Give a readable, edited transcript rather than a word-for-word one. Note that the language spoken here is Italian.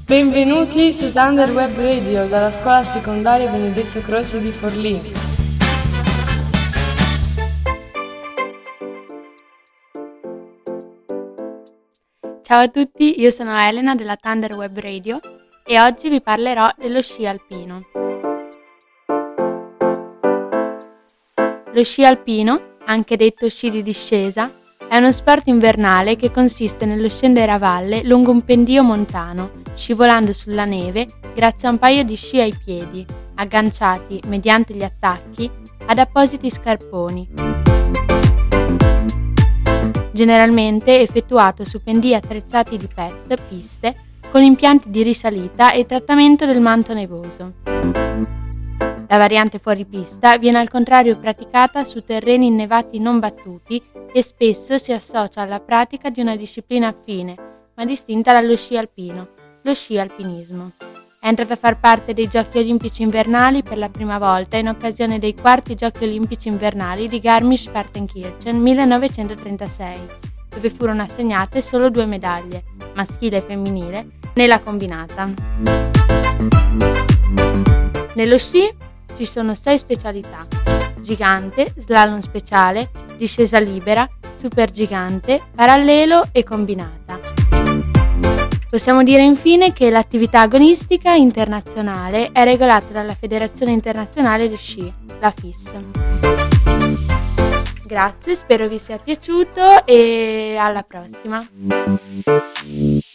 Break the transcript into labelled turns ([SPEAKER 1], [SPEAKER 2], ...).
[SPEAKER 1] Benvenuti su Thunder Web Radio dalla scuola secondaria Benedetto Croce di Forlì.
[SPEAKER 2] Ciao a tutti, io sono Elena della Thunder Web Radio e oggi vi parlerò dello sci alpino. Lo sci alpino, anche detto sci di discesa, è uno sport invernale che consiste nello scendere a valle lungo un pendio montano, scivolando sulla neve grazie a un paio di sci ai piedi, agganciati, mediante gli attacchi, ad appositi scarponi. Generalmente effettuato su pendii attrezzati di PET, piste, con impianti di risalita e trattamento del manto nevoso. La variante fuoripista viene al contrario praticata su terreni innevati non battuti e spesso si associa alla pratica di una disciplina affine, ma distinta dallo sci alpino, lo sci alpinismo. È entrata a far parte dei Giochi Olimpici Invernali per la prima volta in occasione dei quarti Giochi Olimpici Invernali di Garmisch-Partenkirchen 1936, dove furono assegnate solo 2 medaglie, maschile e femminile, nella combinata. Nello sci ci sono 6 specialità: gigante, slalom speciale, discesa libera, supergigante, parallelo e combinata. Possiamo dire infine che l'attività agonistica internazionale è regolata dalla Federazione Internazionale di Sci, la FIS. Grazie, spero vi sia piaciuto e alla prossima!